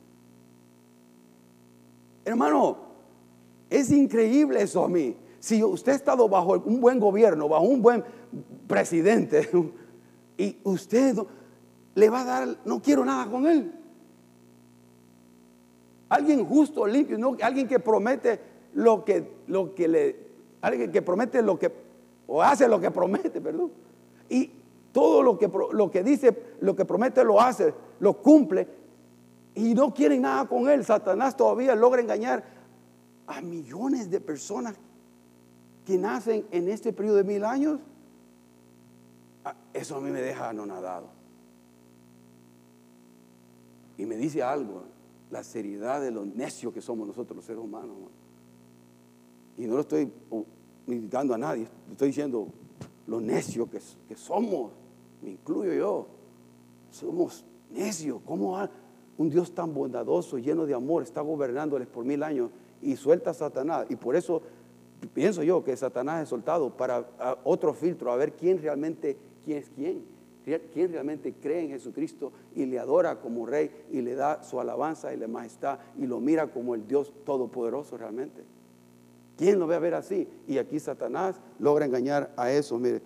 Hermano, es increíble eso a mí. Si usted ha estado bajo un buen gobierno, bajo un buen presidente, y usted le va a dar, no quiero nada con él. Alguien justo, limpio, no alguien que promete lo que Alguien que promete lo que, o hace lo que promete, perdón. Y todo lo que dice, lo que promete lo hace, lo cumple. Y no quieren nada con él. Satanás todavía logra engañar a millones de personas que nacen en este periodo de 1000 años. Eso a mí me deja anonadado. Y me dice algo, la seriedad de lo necios que somos nosotros los seres humanos. Y no lo estoy criticando a nadie, estoy diciendo lo necios que somos, me incluyo yo. Somos necios. ¿Cómo un Dios tan bondadoso, lleno de amor, está gobernándoles por 1000 años y suelta a Satanás? Y por eso pienso yo que Satanás es soltado para otro filtro, a ver quién es quién realmente cree en Jesucristo y le adora como rey y le da su alabanza y la majestad y lo mira como el Dios todopoderoso realmente. ¿Quién lo ve a ver así? Y aquí Satanás logra engañar a eso. Mire,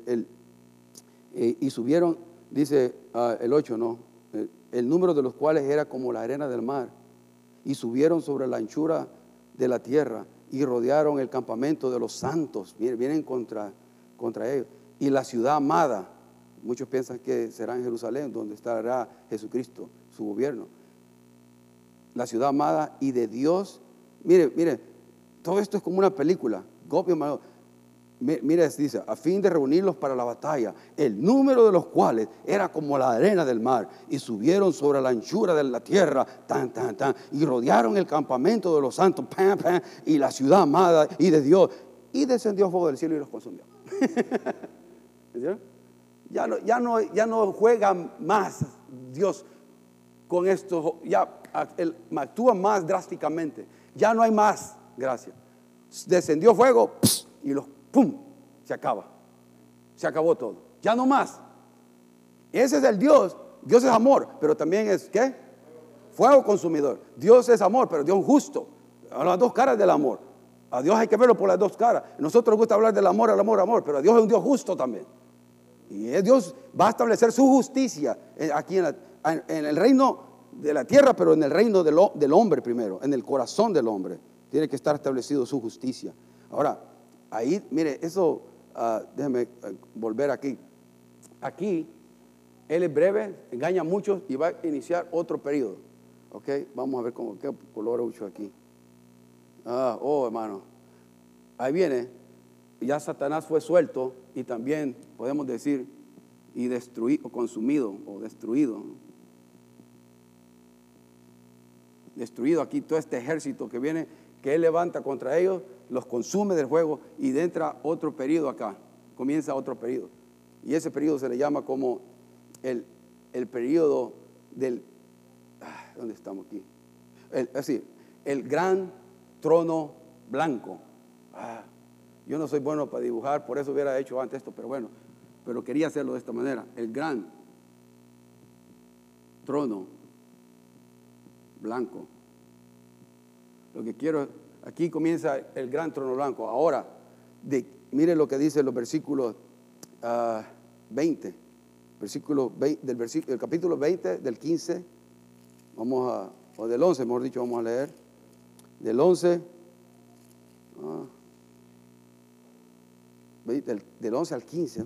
y subieron, dice el 8, no, el número de los cuales era como la arena del mar, y subieron sobre la anchura de la tierra y rodearon el campamento de los santos. Miren, vienen contra ellos. Y la ciudad amada, muchos piensan que será en Jerusalén donde estará Jesucristo, su gobierno. La ciudad amada y de Dios. Mire, todo esto es como una película. Mire, dice, a fin de reunirlos para la batalla, el número de los cuales era como la arena del mar, y subieron sobre la anchura de la tierra, y rodearon el campamento de los santos, y la ciudad amada y de Dios, y descendió fuego del cielo y los consumió. Ya no juega más Dios con esto, ya actúa más drásticamente, ya no hay más gracia. Descendió fuego y los ¡pum! Se acabó todo, ya no más. Ese es el Dios. Dios es amor, pero también es ¿qué? Fuego consumidor. Dios es amor, pero Dios es justo. Las dos caras del amor. A Dios hay que verlo por las dos caras. Nosotros nos gusta hablar del amor, pero Dios es un Dios justo también. Y Dios va a establecer su justicia aquí en el reino de la tierra, pero en el reino del hombre primero, en el corazón del hombre. Tiene que estar establecido su justicia. Ahora, ahí, mire, eso, déjeme volver aquí. Aquí, él es breve, engaña a muchos y va a iniciar otro periodo. Ok, vamos a ver qué color uso aquí. Hermano, ahí viene, ya Satanás fue suelto y también podemos decir y destruido, consumido o destruido. Destruido aquí todo este ejército que viene, que él levanta contra ellos, los consume del fuego y entra otro periodo acá, comienza otro periodo. Y ese periodo se le llama como el periodo del, ¿dónde estamos aquí? El gran trono blanco. Yo no soy bueno para dibujar, por eso hubiera hecho antes esto, pero bueno, pero quería hacerlo de esta manera. El gran trono blanco. Lo que quiero, aquí comienza el gran trono blanco. Ahora, mire lo que dice los versículos 20, del capítulo 20, del 15, o del 11, mejor dicho, vamos a leer. Del 11, del 11 al 15.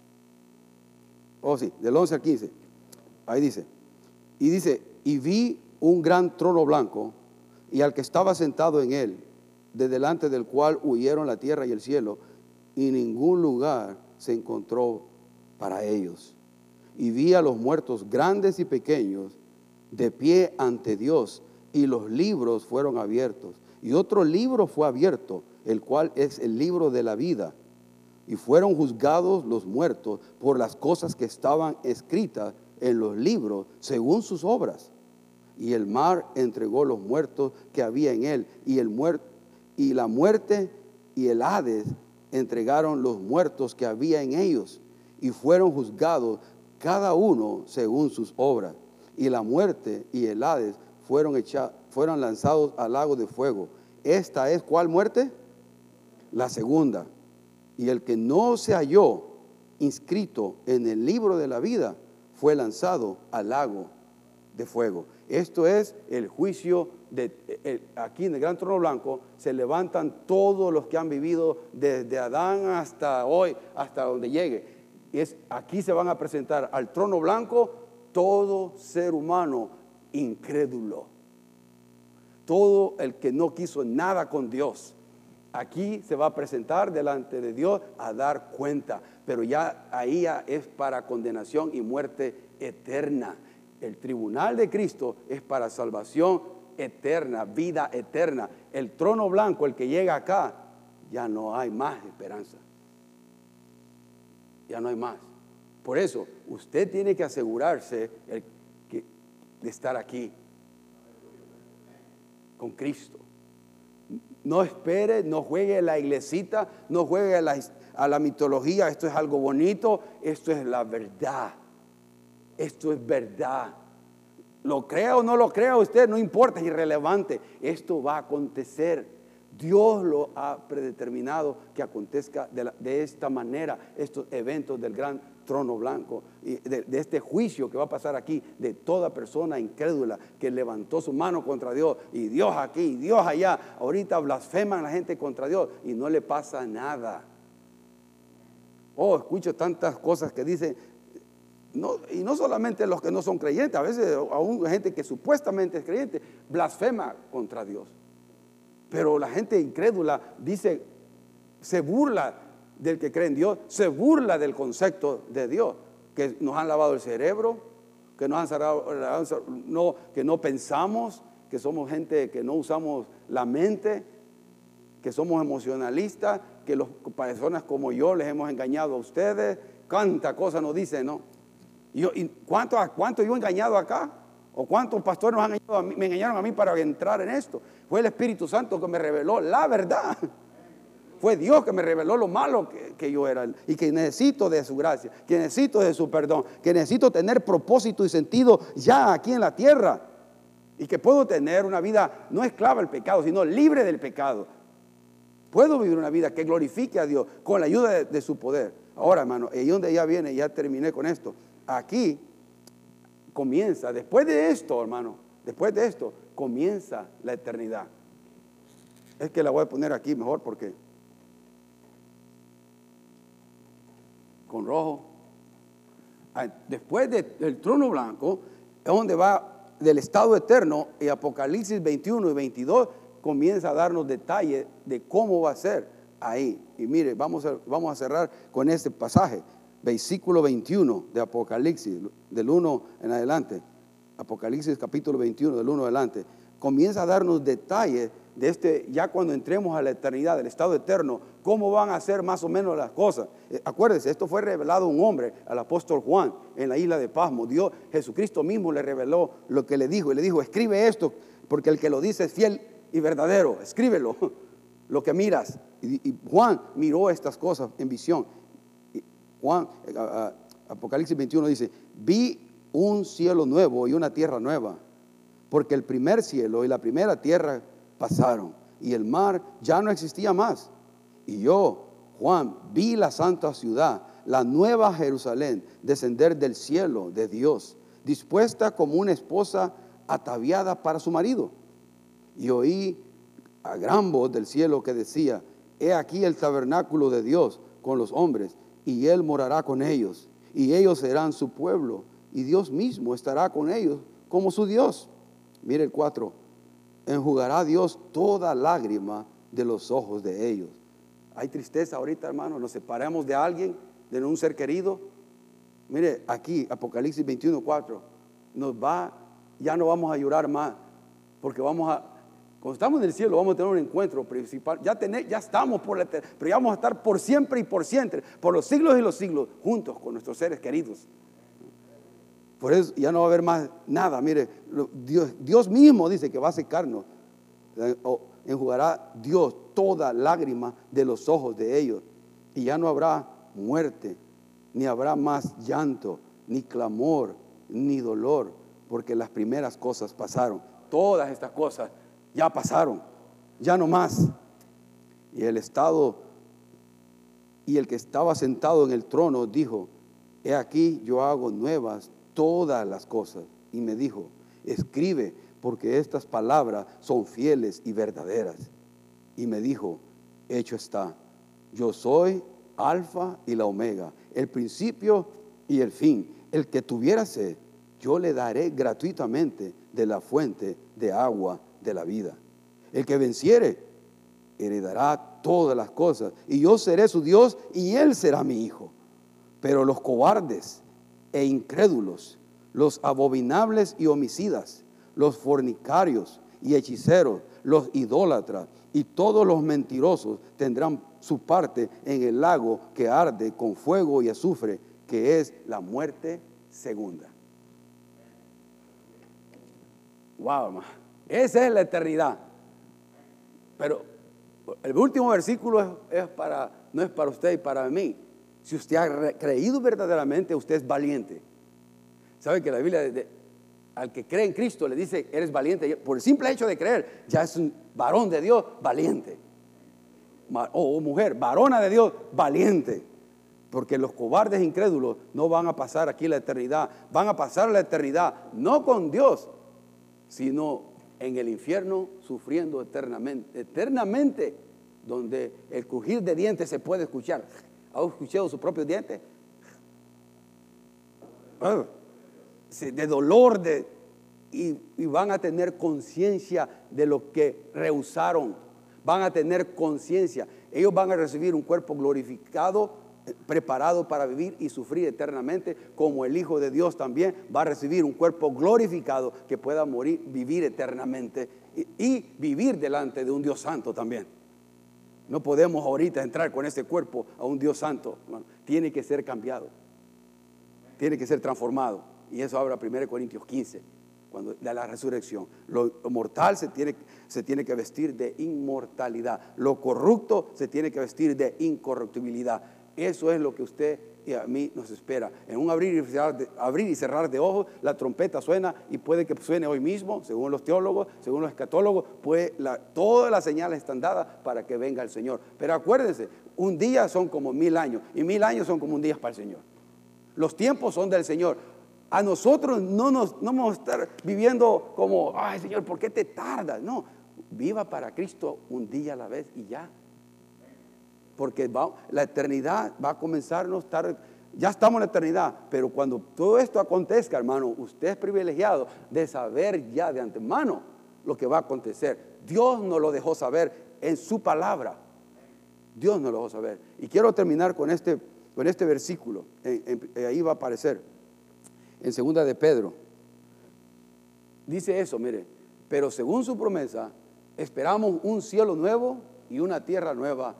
Del 11 al 15. Ahí dice, y vi un gran trono blanco y al que estaba sentado en él, de delante del cual huyeron la tierra y el cielo, y ningún lugar se encontró para ellos. Y vi a los muertos grandes y pequeños de pie ante Dios, y los libros fueron abiertos. Y otro libro fue abierto, el cual es el libro de la vida. Y fueron juzgados los muertos por las cosas que estaban escritas en los libros según sus obras. Y el mar entregó los muertos que había en él, y la muerte y el Hades entregaron los muertos que había en ellos, y fueron juzgados cada uno según sus obras. Y la muerte y el Hades fueron lanzados al lago de fuego. Esta es, ¿cuál muerte? La segunda. Y el que no se halló inscrito en el libro de la vida fue lanzado al lago de fuego. Esto es el juicio aquí en el gran trono blanco. Se levantan todos los que han vivido desde Adán hasta hoy, hasta donde llegue. Aquí se van a presentar al trono blanco todo ser humano incrédulo, todo el que no quiso nada con Dios. Aquí se va a presentar delante de Dios a dar cuenta, pero ya ahí ya es para condenación y muerte eterna. El tribunal de Cristo es para salvación eterna, vida eterna. El trono blanco, el que llega acá, ya no hay más esperanza. Ya no hay más. Por eso, usted tiene que asegurarse de estar aquí con Cristo. No espere, no juegue a la iglesita, no juegue a la mitología. Esto es algo bonito, esto es la verdad. Esto es verdad. Lo crea o no lo crea usted, no importa, es irrelevante. Esto va a acontecer. Dios lo ha predeterminado que acontezca de esta manera, estos eventos del gran trono blanco, y de este juicio que va a pasar aquí, de toda persona incrédula que levantó su mano contra Dios, y Dios aquí, y Dios allá. Ahorita blasfeman la gente contra Dios y no le pasa nada. Oh, escucho tantas cosas que dicen, y no solamente los que no son creyentes, a veces aún gente que supuestamente es creyente, blasfema contra Dios. Pero la gente incrédula dice, se burla del que cree en Dios, se burla del concepto de Dios, que nos han lavado el cerebro, que nos han cerrado, que no pensamos, que somos gente que no usamos la mente, que somos emocionalistas, que las personas como yo les hemos engañado a ustedes. Cuánta cosa nos dicen, ¿no? ¿Y cuánto yo he engañado acá? ¿O cuántos pastores me engañaron a mí para entrar en esto? Fue el Espíritu Santo que me reveló la verdad. Fue Dios que me reveló lo malo que yo era, y que necesito de su gracia, que necesito de su perdón, que necesito tener propósito y sentido ya aquí en la tierra, y que puedo tener una vida no esclava al pecado, sino libre del pecado. Puedo vivir una vida que glorifique a Dios con la ayuda de su poder. Ahora, hermano, y donde ya viene, ya terminé con esto. Aquí comienza, después de esto, hermano, después de esto, comienza la eternidad. Es que la voy a poner aquí mejor porque con rojo. Después del trono blanco es donde va del estado eterno, y Apocalipsis 21 y 22 comienza a darnos detalles de cómo va a ser ahí. Y mire, vamos a cerrar con este pasaje, versículo 21 de Apocalipsis, del 1 en adelante. Apocalipsis capítulo 21, del 1 en adelante, comienza a darnos detalles de ya cuando entremos a la eternidad, del estado eterno, cómo van a ser más o menos las cosas. Acuérdense, esto fue revelado a un hombre, al apóstol Juan, en la isla de Pasmo. Jesucristo mismo le reveló lo que le dijo, y le dijo, escribe esto, porque el que lo dice es fiel y verdadero, escríbelo, lo que miras. Y Juan miró estas cosas en visión. Juan, Apocalipsis 21 dice, vi un cielo nuevo y una tierra nueva, porque el primer cielo y la primera tierra pasaron, y el mar ya no existía más. Y yo, Juan, vi la santa ciudad, la nueva Jerusalén, descender del cielo de Dios, dispuesta como una esposa ataviada para su marido. Y oí a gran voz del cielo que decía, he aquí el tabernáculo de Dios con los hombres, y Él morará con ellos, y ellos serán su pueblo, y Dios mismo estará con ellos como su Dios. Mire el 4, enjugará Dios toda lágrima de los ojos de ellos. Hay tristeza ahorita, hermano, nos separamos de alguien, de un ser querido. Mire aquí, Apocalipsis 21, 4, ya no vamos a llorar más, porque cuando estamos en el cielo vamos a tener un encuentro principal. Ya estamos pero ya vamos a estar por siempre y por siempre, por los siglos y los siglos, juntos con nuestros seres queridos. Por eso ya no va a haber más nada. Mire, Dios mismo dice que va a secarnos. Enjugará Dios toda lágrima de los ojos de ellos, y ya no habrá muerte, ni habrá más llanto, ni clamor, ni dolor, porque las primeras cosas pasaron. Todas estas cosas ya pasaron, ya no más. Y el que estaba sentado en el trono dijo, he aquí yo hago nuevas todas las cosas. Y me dijo, escribe, porque estas palabras son fieles y verdaderas. Y me dijo, hecho está, yo soy Alfa y la Omega, el principio y el fin. El que tuviera sed, yo le daré gratuitamente de la fuente de agua de la vida. El que venciere, heredará todas las cosas, y yo seré su Dios, y él será mi hijo. Pero los cobardes e incrédulos, los abominables y homicidas, los fornicarios y hechiceros, los idólatras y todos los mentirosos tendrán su parte en el lago que arde con fuego y azufre, que es la muerte segunda. Wow, hermano. Esa es la eternidad. Pero el último versículo no es para usted y para mí. Si usted ha creído verdaderamente, usted es valiente. ¿Sabe que la Biblia al que cree en Cristo le dice, eres valiente? Por el simple hecho de creer, ya es un varón de Dios valiente. O mujer, varona de Dios valiente. Porque los cobardes incrédulos no van a pasar aquí la eternidad. Van a pasar la eternidad no con Dios, sino en el infierno, sufriendo eternamente, donde el crujir de dientes se puede escuchar. ¿Ha escuchado sus propios dientes? De dolor, y van a tener conciencia de lo que rehusaron. Van a tener conciencia. Ellos van a recibir un cuerpo glorificado, preparado para vivir y sufrir eternamente, como el Hijo de Dios también va a recibir un cuerpo glorificado que pueda morir, vivir eternamente y vivir delante de un Dios santo también. No podemos ahorita entrar con ese cuerpo a un Dios santo, hermano. Tiene que ser cambiado, tiene que ser transformado, y eso habla 1 Corintios 15, cuando de la resurrección. Lo mortal se tiene que vestir de inmortalidad, lo corrupto se tiene que vestir de incorruptibilidad. Eso es lo que usted y a mí nos espera. En un abrir y cerrar de ojos, la trompeta suena, y puede que suene hoy mismo, según los teólogos, según los escatólogos, pues todas las señales están dadas para que venga el Señor. Pero acuérdense, un día son como 1000 años, y 1000 años son como un día para el Señor. Los tiempos son del Señor. A nosotros no vamos a estar viviendo como, ay Señor, ¿por qué te tardas? No, viva para Cristo un día a la vez y ya. Porque la eternidad va a comenzarnos tarde. Ya estamos en la eternidad, pero cuando todo esto acontezca, hermano, usted es privilegiado de saber ya de antemano lo que va a acontecer. Dios nos lo dejó saber en su palabra. Dios nos lo dejó saber. Y quiero terminar con este versículo. Ahí va a aparecer en 2 de Pedro. Dice eso, mire: pero según su promesa, esperamos un cielo nuevo y una tierra nueva.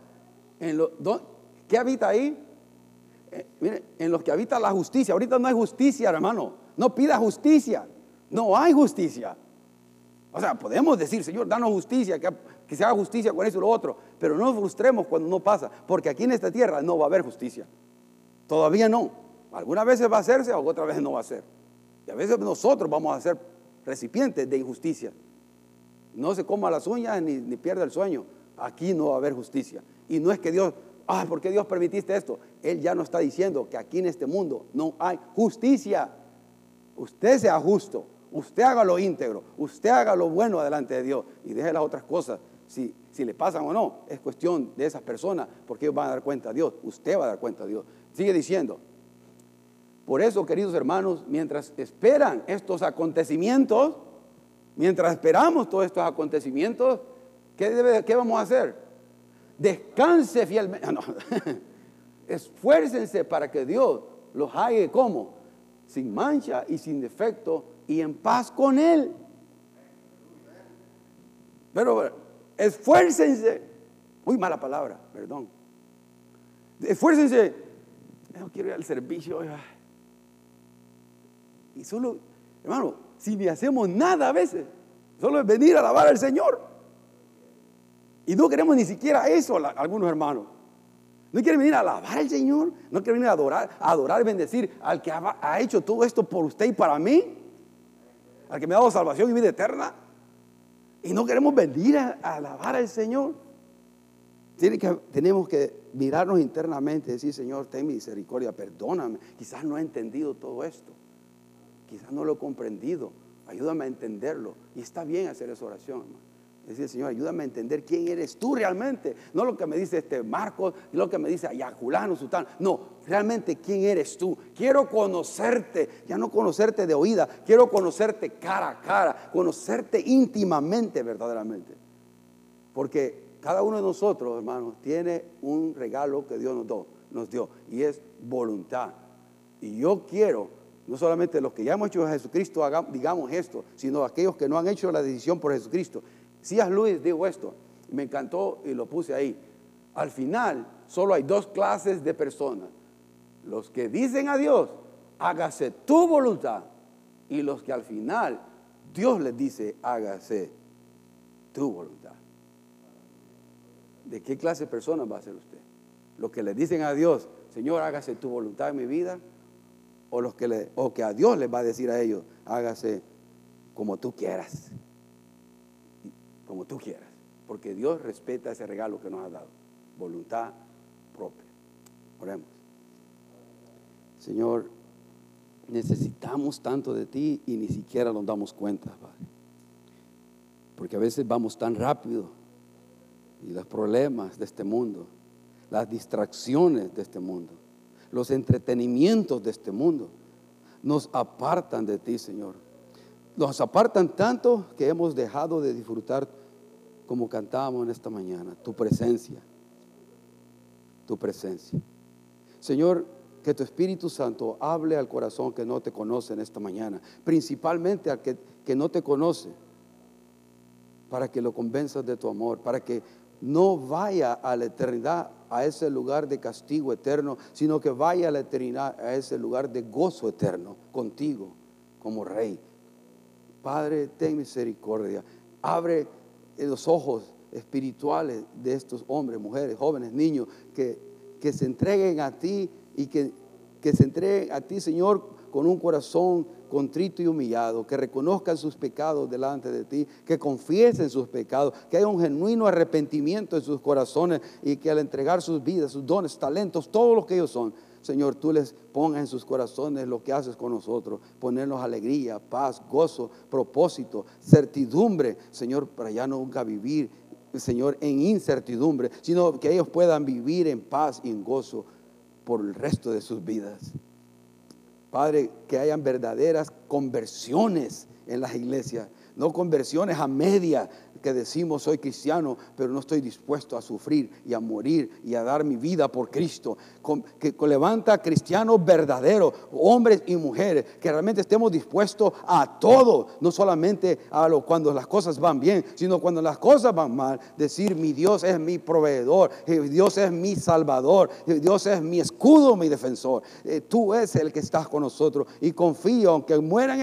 ¿Qué habita ahí? Mire, en los que habita la justicia. Ahorita no hay justicia, hermano. No pida justicia. No hay justicia. O sea, podemos decir, Señor, danos justicia, que se haga justicia con eso y lo otro, pero no nos frustremos cuando no pasa, porque aquí en esta tierra no va a haber justicia. Todavía no. Algunas veces va a hacerse, otras veces no va a ser. Y a veces nosotros vamos a ser recipientes de injusticia. No se coma las uñas ni pierda el sueño. Aquí no va a haber justicia. Y no es que Dios, ¿por qué Dios permitiste esto? Él ya nos está diciendo que aquí en este mundo no hay justicia. Usted sea justo, usted haga lo íntegro, usted haga lo bueno delante de Dios y deje las otras cosas. Si le pasan o no, es cuestión de esas personas, porque ellos van a dar cuenta a Dios. Usted va a dar cuenta a Dios. Sigue diciendo: por eso, queridos hermanos, mientras esperan estos acontecimientos, mientras esperamos todos estos acontecimientos, ¿qué vamos a hacer? Descanse fielmente. No. Esfuércense para que Dios los halle como sin mancha y sin defecto y en paz con Él. Pero esfuércense. Uy, mala palabra, perdón. Esfuércense. No quiero ir al servicio. Y solo, hermano, si ni hacemos nada a veces, solo es venir a alabar al Señor. Y no queremos ni siquiera eso, algunos hermanos. No quieren venir a alabar al Señor. No quieren venir a adorar y bendecir al que ha hecho todo esto por usted y para mí. Al que me ha dado salvación y vida eterna. Y no queremos venir a alabar al Señor. Tenemos que mirarnos internamente y decir: Señor, ten misericordia, perdóname. Quizás no he entendido todo esto. Quizás no lo he comprendido. Ayúdame a entenderlo. Y está bien hacer esa oración, hermano. Decir, Señor, ayúdame a entender quién eres tú realmente. No lo que me dice Marcos, no lo que me dice allá Julano, Sutano. No, realmente quién eres tú. Quiero conocerte, ya no conocerte de oída. Quiero conocerte cara a cara, conocerte íntimamente, verdaderamente. Porque cada uno de nosotros, hermanos, tiene un regalo que Dios nos dio, y es voluntad. Y yo quiero, no solamente los que ya hemos hecho a Jesucristo digamos esto, sino aquellos que no han hecho la decisión por Jesucristo. C.S. Lewis dijo esto, me encantó y lo puse ahí. Al final solo hay dos clases de personas: los que dicen a Dios, hágase tu voluntad, y los que al final Dios les dice, hágase tu voluntad. ¿De qué clase de personas va a ser usted? ¿Los que le dicen a Dios, Señor, hágase tu voluntad en mi vida? ¿O que a Dios les va a decir a ellos, hágase como tú quieras? Como tú quieras. Porque Dios respeta ese regalo que nos ha dado. Voluntad propia. Oremos. Señor, necesitamos tanto de ti y ni siquiera nos damos cuenta, Padre. Porque a veces vamos tan rápido y los problemas de este mundo, las distracciones de este mundo, los entretenimientos de este mundo nos apartan de ti, Señor. Nos apartan tanto que hemos dejado de disfrutar, como cantábamos en esta mañana, tu presencia. Tu presencia. Señor, que tu Espíritu Santo hable al corazón que no te conoce en esta mañana, principalmente al que no te conoce, para que lo convenzas de tu amor, para que no vaya a la eternidad, a ese lugar de castigo eterno, sino que vaya a la eternidad, a ese lugar de gozo eterno, contigo como Rey. Padre, ten misericordia. Abre los ojos espirituales de estos hombres, mujeres, jóvenes, niños, que se entreguen a ti y que se entreguen a ti, Señor, con un corazón contrito y humillado, que reconozcan sus pecados delante de ti, que confiesen sus pecados, que haya un genuino arrepentimiento en sus corazones, y que al entregar sus vidas, sus dones, talentos, todo lo que ellos son, Señor, tú les pongas en sus corazones lo que haces con nosotros, ponernos alegría, paz, gozo, propósito, certidumbre, Señor, para ya nunca vivir, Señor, en incertidumbre, sino que ellos puedan vivir en paz y en gozo por el resto de sus vidas. Padre, que hayan verdaderas conversiones en las iglesias, no conversiones a media, que decimos soy cristiano, pero no estoy dispuesto a sufrir y a morir y a dar mi vida por Cristo. Que levanta cristianos verdaderos, hombres y mujeres, que realmente estemos dispuestos a todo, no solamente cuando las cosas van bien, sino cuando las cosas van mal, decir mi Dios es mi proveedor, Dios es mi salvador, Dios es mi escudo, mi defensor. Tú eres el que estás con nosotros, y confío, aunque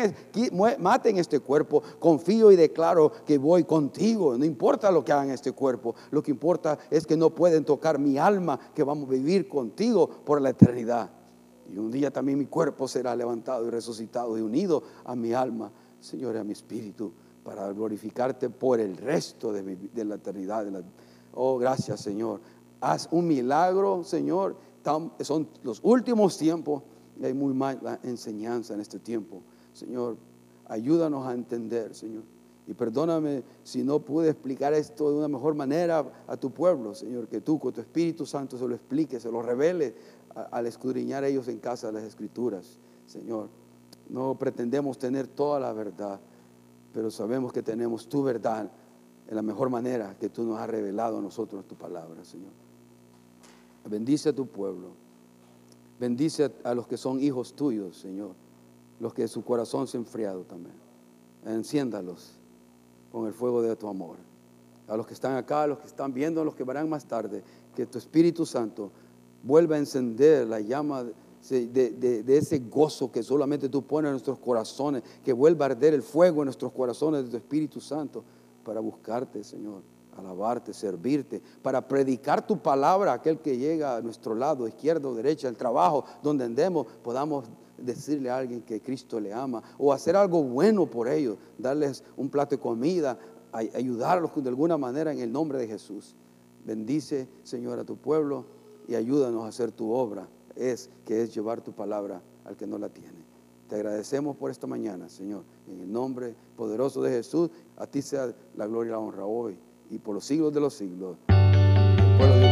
maten este cuerpo, confío y declaro que voy contigo. No importa lo que hagan este cuerpo, lo que importa es que no pueden tocar mi alma, que vamos a vivir contigo por la eternidad. Y un día también mi cuerpo será levantado y resucitado y unido a mi alma, Señor, y a mi espíritu, para glorificarte por el resto de la eternidad. Oh, gracias, Señor. Haz un milagro, Señor. Son los últimos tiempos y hay muy mala enseñanza en este tiempo. Señor, ayúdanos a entender, Señor. Y perdóname si no pude explicar esto de una mejor manera a tu pueblo, Señor, que tú con tu Espíritu Santo se lo expliques, se lo revele al escudriñar ellos en casa las Escrituras. Señor, no pretendemos tener toda la verdad, pero sabemos que tenemos tu verdad en la mejor manera que tú nos has revelado a nosotros tu palabra, Señor. Bendice a tu pueblo, bendice a los que son hijos tuyos, Señor, los que su corazón se ha enfriado también. Enciéndalos con el fuego de tu amor. A los que están acá, a los que están viendo, a los que verán más tarde, que tu Espíritu Santo vuelva a encender la llama de ese gozo que solamente tú pones en nuestros corazones, que vuelva a arder el fuego en nuestros corazones de tu Espíritu Santo, para buscarte, Señor, alabarte, servirte, para predicar tu palabra a aquel que llega a nuestro lado, izquierdo, derecha, el trabajo, donde andemos, podamos decirle a alguien que Cristo le ama, o hacer algo bueno por ellos, darles un plato de comida, ayudarlos de alguna manera en el nombre de Jesús. Bendice, Señor, a tu pueblo y ayúdanos a hacer tu obra, que es llevar tu palabra al que no la tiene. Te agradecemos por esta mañana, Señor. En el nombre poderoso de Jesús, a ti sea la gloria y la honra hoy y por los siglos de los siglos. El pueblo de Dios